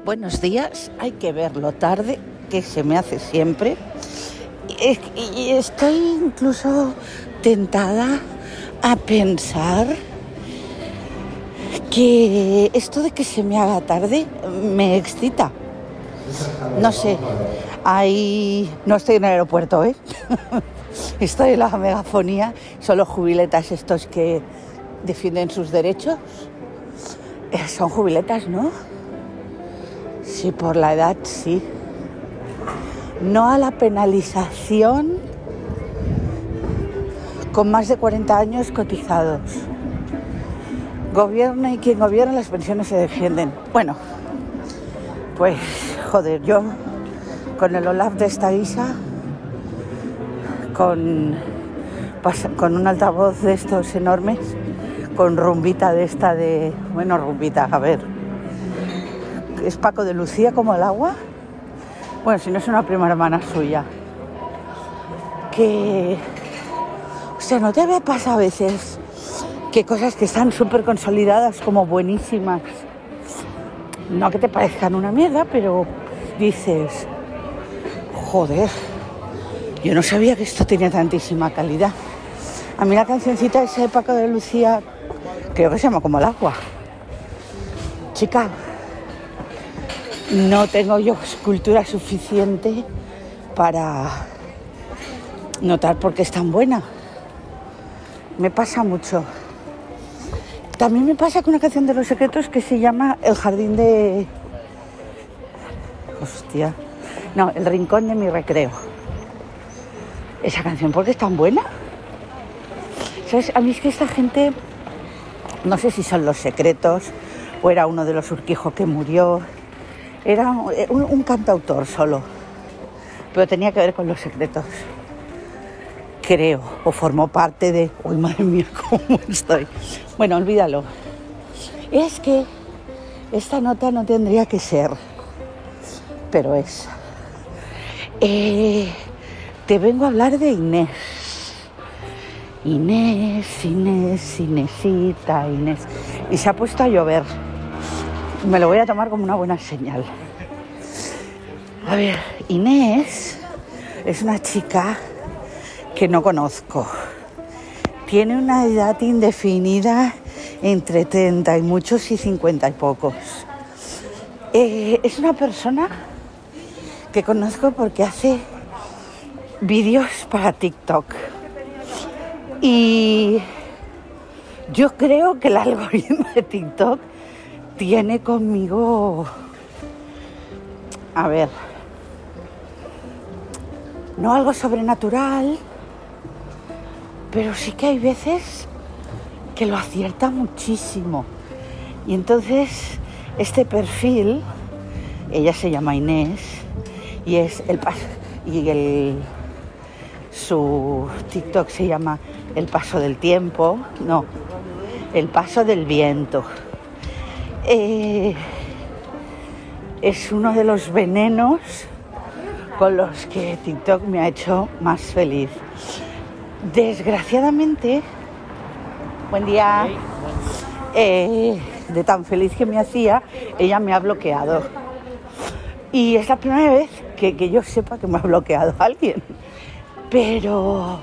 Buenos días, hay que verlo tarde, que se me hace siempre. Y estoy incluso tentada a pensar que esto de que se me haga tarde me excita. No sé, no estoy en el aeropuerto, Estoy en la megafonía, son los jubiletas estos que defienden sus derechos. Son jubiletas, ¿no? Sí, por la edad, sí. No a la penalización con más de 40 años cotizados. Gobierna y quien gobierna, las pensiones se defienden. Bueno, pues, joder, yo con el OLAF de esta guisa, con un altavoz de estos enormes, con rumbita de esta de... Bueno, rumbita, a ver. ¿Es Paco de Lucía como el agua? Bueno, si no es una prima hermana suya. Que... O sea, ¿no te pasa a veces que cosas que están súper consolidadas como buenísimas, no que te parezcan una mierda, pero dices, joder, yo no sabía que esto tenía tantísima calidad? A mí la cancioncita esa de Paco de Lucía, creo que se llama Como el agua. Chica, no tengo yo cultura suficiente para notar por qué es tan buena. Me pasa mucho. También me pasa con una canción de Los Secretos que se llama El jardín de... Hostia. No, El rincón de mi recreo. Esa canción, ¿por qué es tan buena? ¿Sabes? A mí es que esta gente, no sé si son Los Secretos o era uno de los Urquijo que murió. Era un cantautor solo, pero tenía que ver con Los Secretos, creo, o formó parte de... Uy, madre mía, cómo estoy. Bueno, olvídalo. Es que esta nota no tendría que ser, pero es. Te vengo a hablar de Inés. Inesita, Inés. Y se ha puesto a llover. Me lo voy a tomar como una buena señal. A ver, Inés es una chica que no conozco. Tiene una edad indefinida entre 30 y muchos y 50 y pocos. Es una persona que conozco porque hace vídeos para TikTok. Y yo creo que el algoritmo de TikTok tiene conmigo, a ver, no algo sobrenatural, pero sí que hay veces que lo acierta muchísimo. Y entonces este perfil, ella se llama Inés, y es su TikTok se llama El paso del tiempo, no, El paso del viento. Es uno de los venenos con los que TikTok me ha hecho más feliz. Desgraciadamente, buen día, de tan feliz que me hacía, ella me ha bloqueado. Y es la primera vez que yo sepa que me ha bloqueado alguien. Pero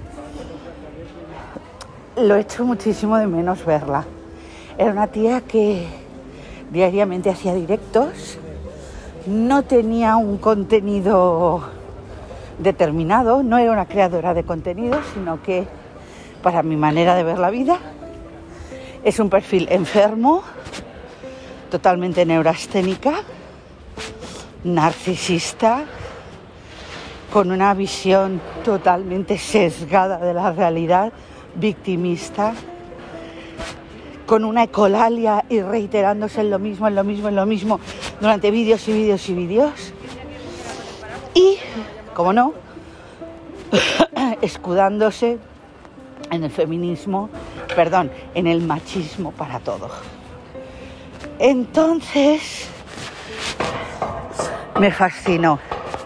lo echo muchísimo de menos verla. Era una tía que diariamente hacía directos, no tenía un contenido determinado, no era una creadora de contenido, sino que, para mi manera de ver la vida, es un perfil enfermo, totalmente neurasténica, narcisista, con una visión totalmente sesgada de la realidad, victimista, con una ecolalia y reiterándose en lo mismo durante vídeos y vídeos y vídeos. Y, como no, escudándose en el feminismo, en el machismo para todo. Entonces, me fascinó.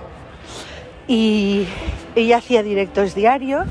Y ella hacía directos diarios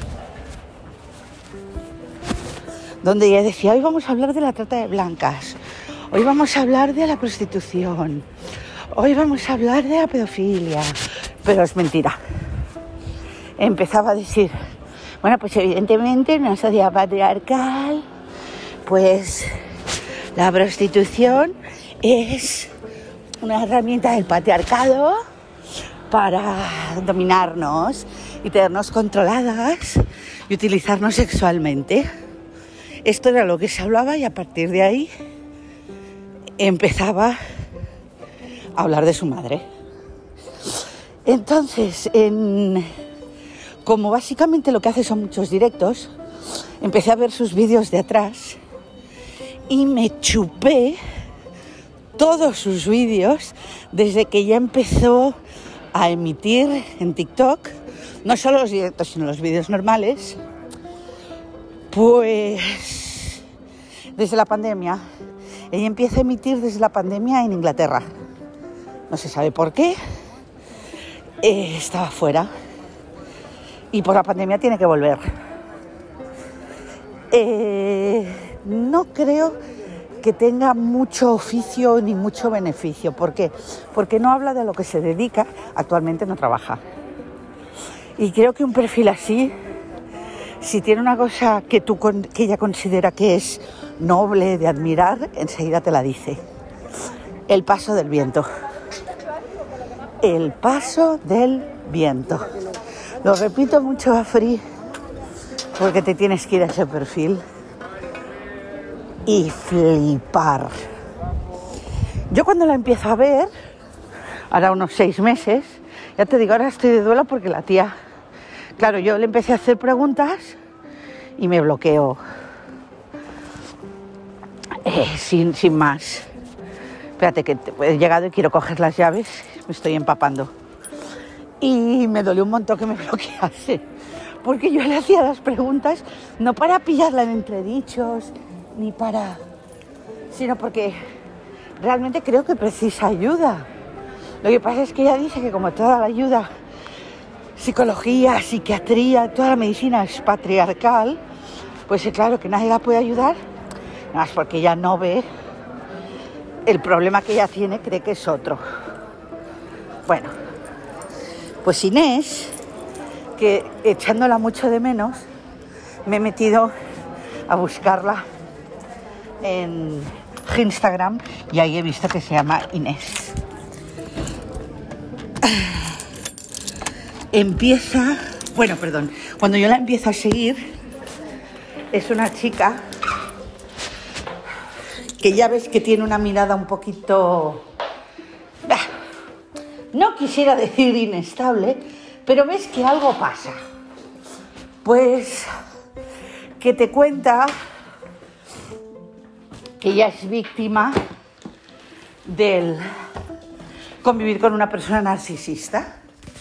donde ella decía, hoy vamos a hablar de la trata de blancas, hoy vamos a hablar de la prostitución, hoy vamos a hablar de la pedofilia, pero es mentira. Empezaba a decir, bueno, pues evidentemente en una sociedad patriarcal, pues la prostitución es una herramienta del patriarcado para dominarnos y tenernos controladas y utilizarnos sexualmente. Esto era lo que se hablaba y a partir de ahí empezaba a hablar de su madre. Entonces, como básicamente lo que hace son muchos directos, empecé a ver sus vídeos de atrás y me chupé todos sus vídeos desde que ya empezó a emitir en TikTok, no solo los directos sino los vídeos normales, pues desde la pandemia. Ella empieza a emitir desde la pandemia en Inglaterra. No se sabe por qué. Estaba fuera. Y por la pandemia tiene que volver. No creo que tenga mucho oficio ni mucho beneficio. ¿Por qué? Porque no habla de lo que se dedica. Actualmente no trabaja. Y creo que un perfil así, si tiene una cosa que ella considera que es noble de admirar, enseguida te la dice. El paso del viento. El paso del viento. Lo repito mucho a Free porque te tienes que ir a ese perfil y flipar. Yo cuando la empiezo a ver, ahora unos 6 meses, ya te digo, ahora estoy de duelo porque la tía, claro, yo le empecé a hacer preguntas y me bloqueó. Sin más. Espérate que he llegado y quiero coger las llaves, me estoy empapando. Y me dolió un montón que me bloquease, porque yo le hacía las preguntas no para pillarla en entredichos, ni para... sino porque realmente creo que precisa ayuda. Lo que pasa es que ella dice que como toda la ayuda, psicología, psiquiatría, toda la medicina es patriarcal, pues claro que nadie la puede ayudar, nada más porque ella no ve el problema que ella tiene, cree que es otro. Bueno, pues Inés, que echándola mucho de menos, me he metido a buscarla en Instagram y ahí he visto que se llama Inés. Cuando yo la empiezo a seguir, es una chica que ya ves que tiene una mirada un poquito, no quisiera decir inestable, pero ves que algo pasa. Pues que te cuenta que ella es víctima del convivir con una persona narcisista.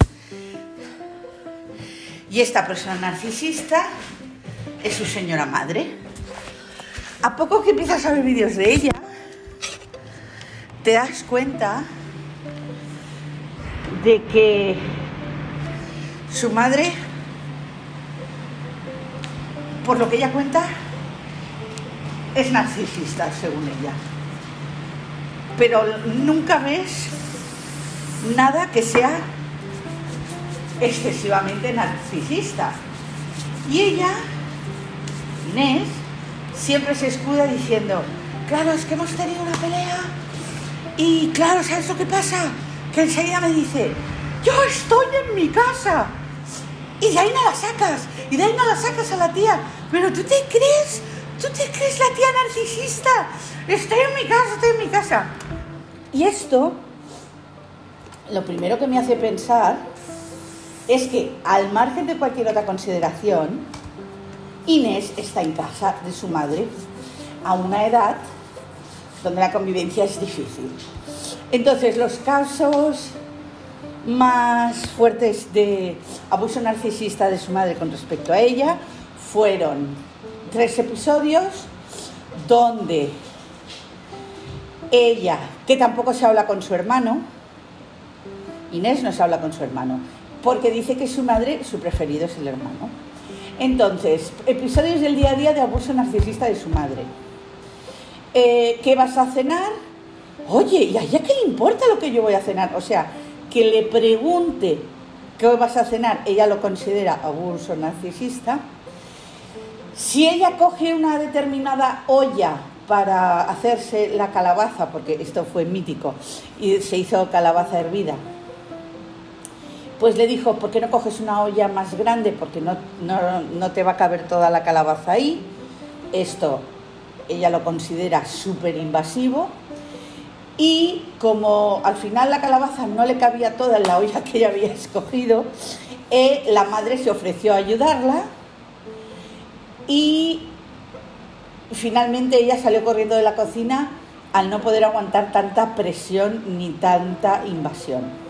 Y esta persona narcisista es su señora madre. A poco que empiezas a ver vídeos de ella, te das cuenta de que su madre, por lo que ella cuenta, es narcisista, según ella. Pero nunca ves nada que sea excesivamente narcisista. Y ella, Inés, siempre se escuda diciendo, claro, es que hemos tenido una pelea y claro, ¿sabes lo que pasa? Que enseguida me dice, yo estoy en mi casa y de ahí no la sacas a la tía. Pero ¿tú te crees la tía narcisista? Estoy en mi casa. Y esto, lo primero que me hace pensar es que, al margen de cualquier otra consideración, Inés está en casa de su madre a una edad donde la convivencia es difícil. Entonces, los casos más fuertes de abuso narcisista de su madre con respecto a ella fueron 3 episodios donde ella, que tampoco se habla con su hermano, Inés no se habla con su hermano, porque dice que su madre, su preferido es el hermano. Entonces, episodios del día a día de abuso narcisista de su madre. ¿Qué vas a cenar? oye, ¿y a ella qué le importa lo que yo voy a cenar? O sea, que le pregunte qué vas a cenar, ella lo considera abuso narcisista. Si ella coge una determinada olla para hacerse la calabaza, porque esto fue mítico, y se hizo calabaza hervida, pues le dijo, ¿por qué no coges una olla más grande? Porque no te va a caber toda la calabaza ahí. Esto ella lo considera súper invasivo. Y como al final la calabaza no le cabía toda en la olla que ella había escogido, la madre se ofreció a ayudarla y finalmente ella salió corriendo de la cocina al no poder aguantar tanta presión ni tanta invasión.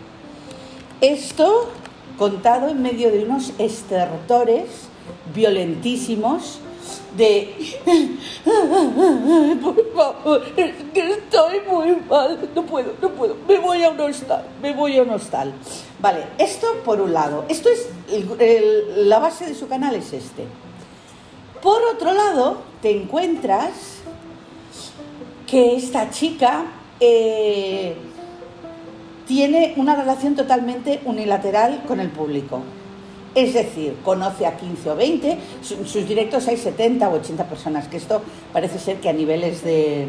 Esto contado en medio de unos estertores violentísimos de por favor, es que estoy muy mal, no puedo, me voy a un hostal. Vale, esto por un lado, esto es la base de su canal es este. Por otro lado, te encuentras que esta chica tiene una relación totalmente unilateral con el público. Es decir, conoce a 15 o 20, sus directos hay 70 o 80 personas, que esto parece ser que a niveles de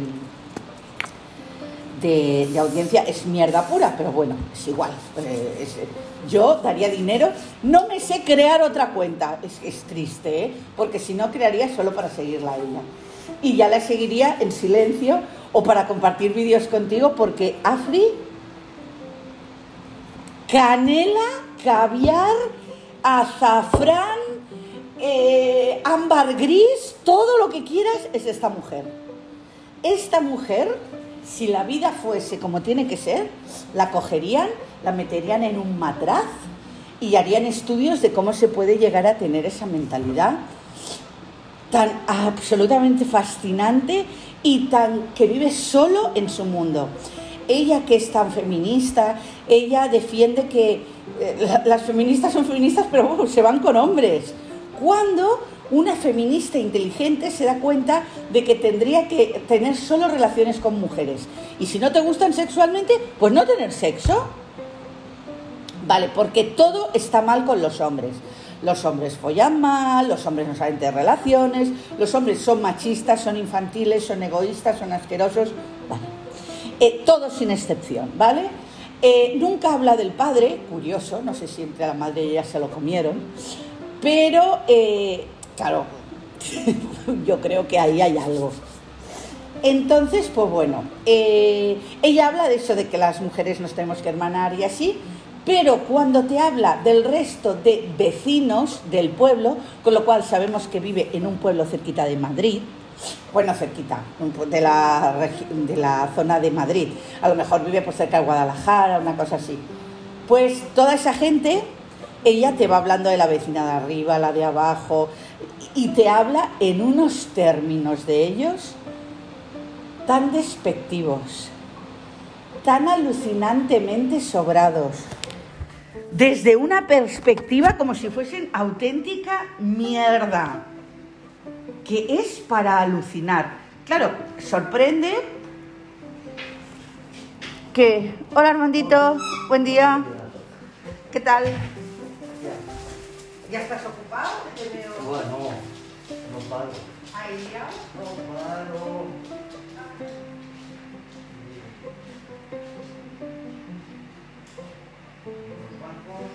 audiencia es mierda pura, pero bueno, es igual. Yo daría dinero, no me sé crear otra cuenta, es triste, ¿eh? Porque si no crearía solo para seguirla a ella. Y ya la seguiría en silencio o para compartir vídeos contigo, porque Afri, canela, caviar, azafrán, ámbar gris, todo lo que quieras es esta mujer. Esta mujer, si la vida fuese como tiene que ser, la cogerían, la meterían en un matraz y harían estudios de cómo se puede llegar a tener esa mentalidad tan absolutamente fascinante y tan que vive solo en su mundo. Ella, que es tan feminista, ella defiende que las feministas son feministas, pero se van con hombres. Cuando una feminista inteligente se da cuenta de que tendría que tener solo relaciones con mujeres. Y si no te gustan sexualmente, pues no tener sexo. Vale, porque todo está mal con los hombres. Los hombres follan mal, los hombres no saben tener relaciones, los hombres son machistas, son infantiles, son egoístas, son asquerosos. Vale. Todos sin excepción, ¿vale? Nunca habla del padre, curioso, no sé si entre la madre y ella se lo comieron, pero, claro, yo creo que ahí hay algo. Entonces, pues bueno, ella habla de eso, de que las mujeres nos tenemos que hermanar y así, pero cuando te habla del resto de vecinos del pueblo, con lo cual sabemos que vive en un pueblo cerquita de Madrid, bueno, cerquita, de la zona de Madrid, a lo mejor vive por cerca de Guadalajara, una cosa así, pues toda esa gente, ella te va hablando de la vecina de arriba, la de abajo, y te habla en unos términos de ellos tan despectivos, tan alucinantemente sobrados, desde una perspectiva como si fuesen auténtica mierda, que es para alucinar. Claro, sorprende que... Hola, Armandito, buen día. ¿Qué tal? ¿Ya estás ocupado? Te veo... Bueno, no paro. ¿Ahí ya? No paro. Los bancos.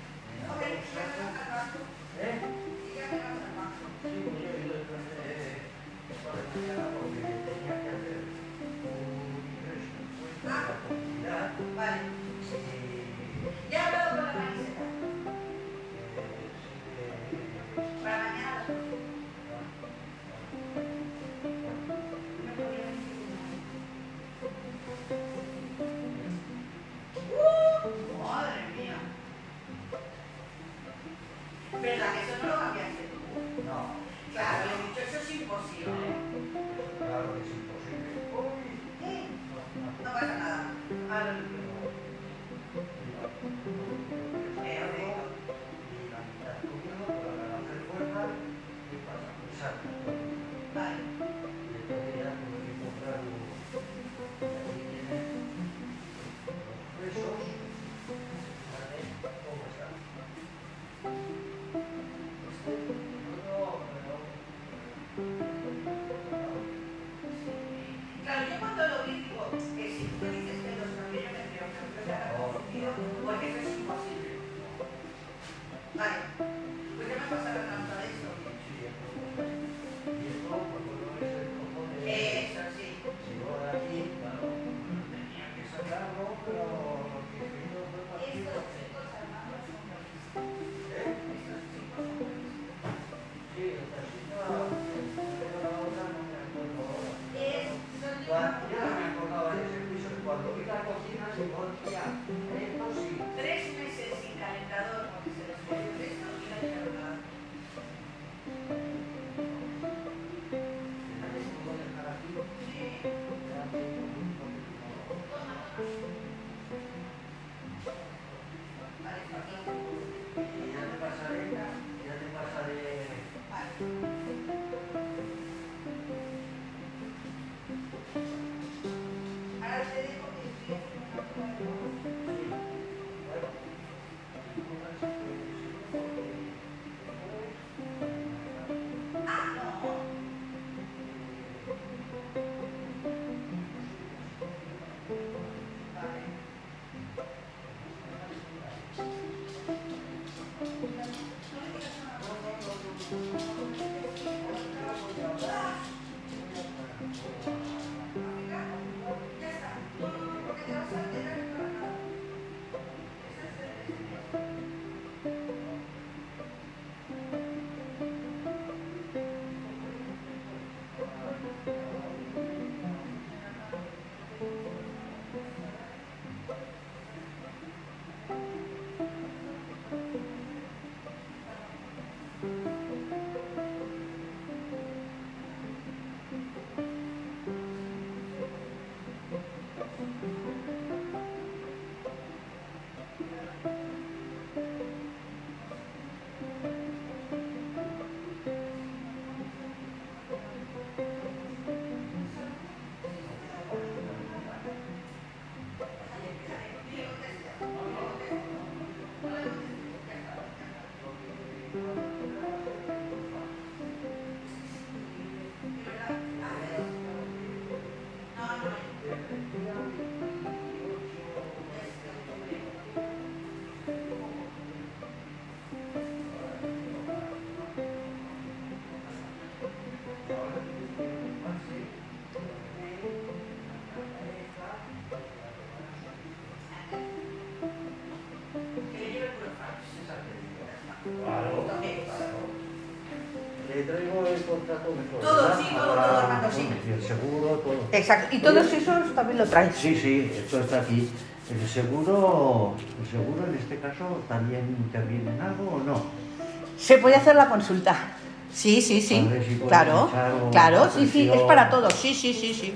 ¿Eh? Sí, pues yo he ido para mañana porque tenía que hacer un ingreso en cuenta de la comunidad. Vale. Ya he hablado con la camiseta. Para mañana. Madre mía. ¿Verdad que eso no lo cambiaste tú? No. Claro, Claro, yo cuando lo vi digo que si tú me dices que los camiones me creo que no te habrá confundido, porque eso es imposible. Vale, pues ya me pasará tanta de eso. Y esto, cuando no es el cojón de... Eso sí. Si yo de aquí, claro, tenía que sacarlo, pero lo que hizo fue para aquí. Estos chicos armados son buenísimos. ¿Eh? Estos chicos son buenísimos. Sí, el taxista, pero la otra no me acuerdo ahora. Yo no me acordaba de ese piso y cuando vi la cocina digo, hostia, esto sí. 3 meses sin calentador porque se les murió esto y la libertad. ¿Sabes si puedo dejar aquí? Sí. Vale, aquí. Y ya te pasaré. Ahora te digo que estoy haciendo una prueba de voz. Ah, no. Vale. Ya está. Porque te vas a enterar de nada. Le traigo el contrato mejor. Todo, ¿verdad? sí, todo, Armando, sí. Y el seguro, todo. Exacto. Y todos esos también lo traes. Sí, sí, esto está aquí. El seguro en este caso también interviene en algo o no. Se puede hacer la consulta. Sí, sí, sí. A ver si puede Claro, echar una claro, sí, sí, es presión. para todos. Sí, sí, sí, sí.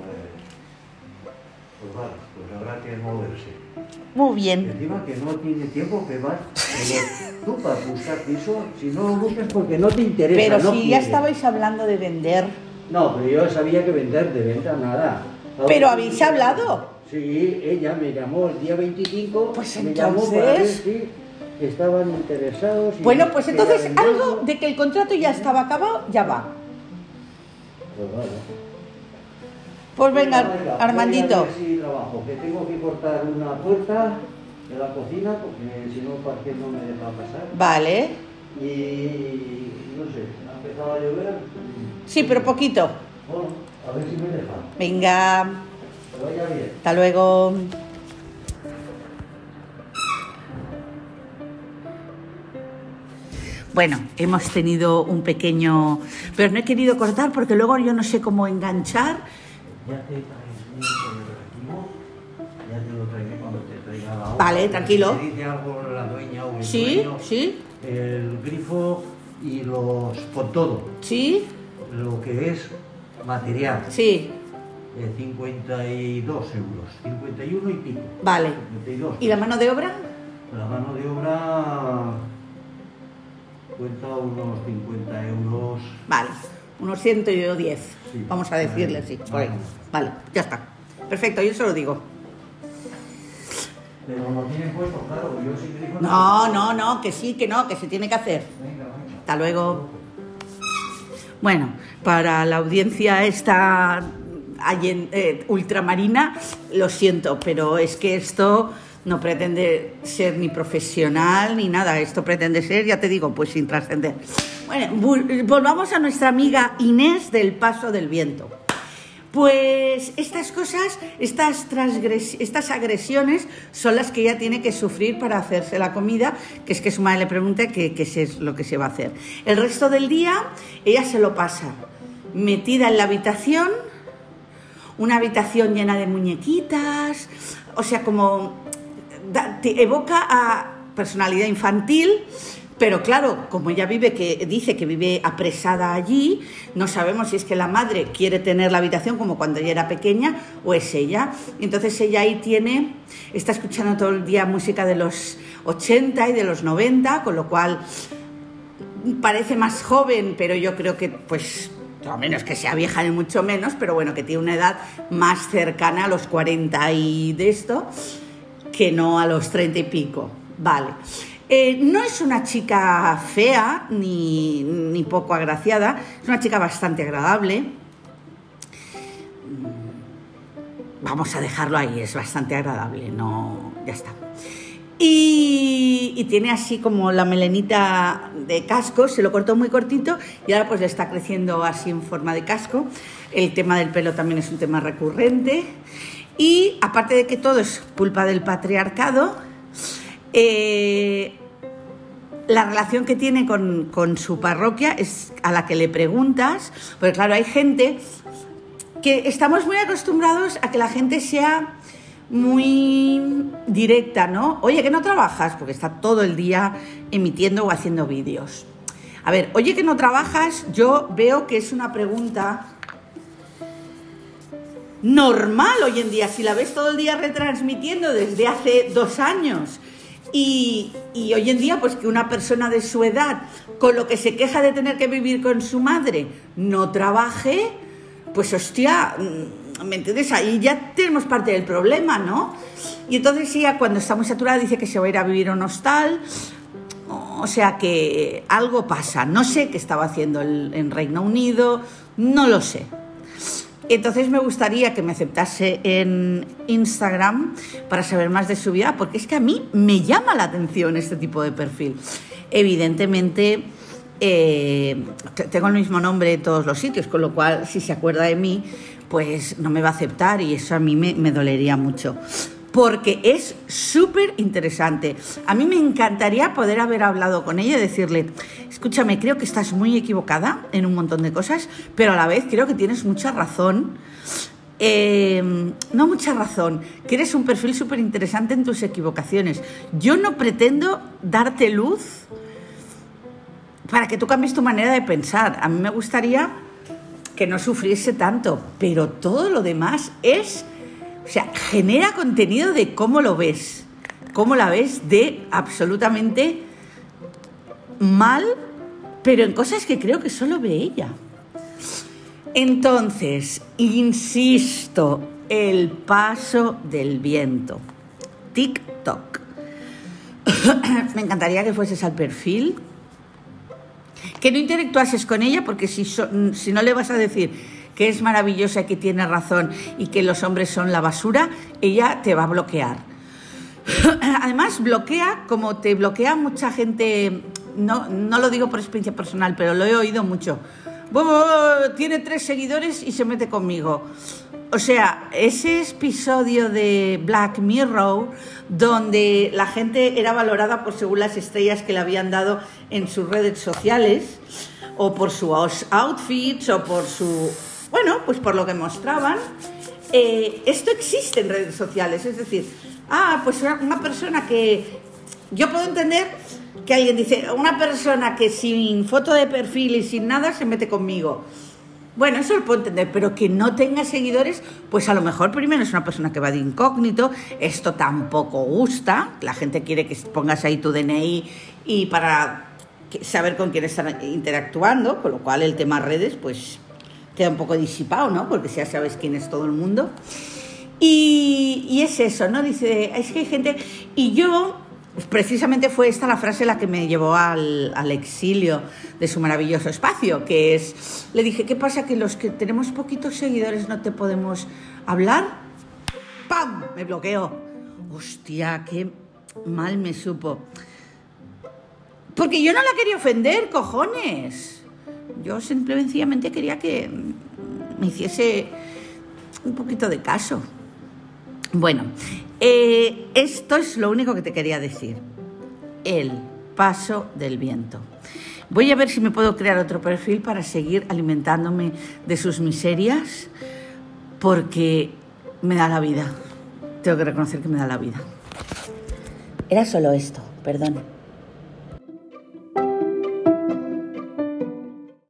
Pues vale, pues habrá que moverse. Muy bien. Encima que no tiene tiempo que vas, tú para buscar piso, si no lo buscas porque no te interesa. Pero no si ya quieres. estabais hablando de vender. No, pero yo sabía que vender de venta nada. ¿Pero habéis hablado? Sí, ella me llamó el día 25. Pues me llamó para ver entonces- si estaban interesados. y Bueno, pues que entonces era venderlo. algo de que el contrato ya estaba acabado, ya va. Pues vale. Pues venga, Voy a Armandito. ver si trabajo, que tengo que cortar una puerta de la cocina porque si no, ¿para qué no me deja pasar? Vale. Y no sé, ha empezado a llover. Sí, pero poquito. Bueno, a ver si me deja. Venga, Que vaya bien. hasta luego. Bueno, hemos tenido un pequeño... Pero no he querido cortar porque luego yo no sé cómo enganchar. Ya te traes el recibo, ya te lo traeré cuando te traiga la hoja. Vale, tranquilo. Si dice algo la dueña o el Sí, dueño, sí, el grifo y los... con todo, sí, lo que es material. sí. 52 euros, 51 y pico. Vale. 52. ¿Y la mano de obra? La mano de obra cuenta unos 50 euros. Vale, unos 110. Sí. Vamos a decirle así. Por ahí. Vale, ya está. Perfecto, yo se lo digo. Pero no tienen puesto, claro, yo sí que digo... No, no, no, que sí, que no, que se tiene que hacer. Venga, venga. Hasta luego. Bueno, para la audiencia esta ultramarina, lo siento, pero es que esto no pretende ser ni profesional ni nada. Esto pretende ser, ya te digo, pues sin trascender. Bueno, volvamos a nuestra amiga Inés del Paso del Viento. Pues estas cosas, estas agresiones son las que ella tiene que sufrir para hacerse la comida, que es que su madre le pregunta qué es lo que se va a hacer. El resto del día ella se lo pasa metida en la habitación, una habitación llena de muñequitas, o sea, como te evoca a personalidad infantil. Pero claro, como ella dice que vive apresada allí, no sabemos si es que la madre quiere tener la habitación como cuando ella era pequeña o es ella. Entonces ella ahí está escuchando todo el día música de los 80 y de los 90, con lo cual parece más joven, pero yo creo que, pues, a menos que sea vieja ni mucho menos, pero bueno, que tiene una edad más cercana a los 40 y de esto, que no a los 30 y pico. Vale. No es una chica fea ni poco agraciada, es una chica bastante agradable. Vamos a dejarlo ahí, es bastante agradable, no, ya está. Y tiene así como la melenita de casco, se lo cortó muy cortito y ahora pues le está creciendo así en forma de casco. El tema del pelo también es un tema recurrente y aparte de que todo es culpa del patriarcado, la relación que tiene con su parroquia es a la que le preguntas, porque claro, hay gente que estamos muy acostumbrados a que la gente sea muy directa, ¿no? Oye, ¿que no trabajas? Porque está todo el día emitiendo o haciendo vídeos. A ver, oye, ¿que no trabajas? Yo veo que es una pregunta normal hoy en día, si la ves todo el día retransmitiendo desde hace 2 años. Y hoy en día, pues que una persona de su edad, con lo que se queja de tener que vivir con su madre, no trabaje, pues hostia, ¿me entiendes? Ahí ya tenemos parte del problema, ¿no? Y entonces ella, cuando está muy saturada, dice que se va a ir a vivir a un hostal, o sea que algo pasa. No sé qué estaba haciendo en Reino Unido, no lo sé. Entonces me gustaría que me aceptase en Instagram para saber más de su vida, porque es que a mí me llama la atención este tipo de perfil. Evidentemente tengo el mismo nombre en todos los sitios, con lo cual si se acuerda de mí, pues no me va a aceptar y eso a mí me dolería mucho. Porque es súper interesante. A mí me encantaría poder haber hablado con ella y decirle, escúchame, creo que estás muy equivocada en un montón de cosas, pero a la vez creo que tienes mucha razón. No mucha razón, que eres un perfil súper interesante en tus equivocaciones. Yo no pretendo darte luz para que tú cambies tu manera de pensar. A mí me gustaría que no sufriese tanto, pero todo lo demás es... O sea, genera contenido de cómo lo ves, cómo la ves de absolutamente mal, pero en cosas que creo que solo ve ella. Entonces, insisto, el paso del viento. TikTok. Me encantaría que fueses al perfil, que no interactuases con ella, porque si no le vas a decir que es maravillosa y que tiene razón y que los hombres son la basura, ella te va a bloquear. Además, bloquea como te bloquea mucha gente, no lo digo por experiencia personal, pero lo he oído mucho. Tiene 3 seguidores y se mete conmigo. O sea, ese episodio de Black Mirror, donde la gente era valorada por según las estrellas que le habían dado en sus redes sociales, o por sus outfits, o por su... Bueno, pues por lo que mostraban, esto existe en redes sociales, es decir, pues una persona que, yo puedo entender que alguien dice, una persona que sin foto de perfil y sin nada se mete conmigo. Bueno, eso lo puedo entender, pero que no tenga seguidores, pues a lo mejor primero es una persona que va de incógnito, esto tampoco gusta, la gente quiere que pongas ahí tu DNI y para saber con quién están interactuando, con lo cual el tema redes, pues... queda un poco disipado, ¿no? Porque ya sabes quién es todo el mundo. Y es eso, ¿no? Dice, es que hay gente... Y yo precisamente fue esta la frase la que me llevó al exilio de su maravilloso espacio, que es, le dije, ¿qué pasa que los que tenemos poquitos seguidores no te podemos hablar? ¡Pam! Me bloqueó. Hostia, qué mal me supo. Porque yo no la quería ofender, cojones. Yo sencillamente quería que me hiciese un poquito de caso. Bueno, esto es lo único que te quería decir. El paso del viento. Voy a ver si me puedo crear otro perfil para seguir alimentándome de sus miserias, porque me da la vida. Tengo que reconocer que me da la vida. Era solo esto, perdón.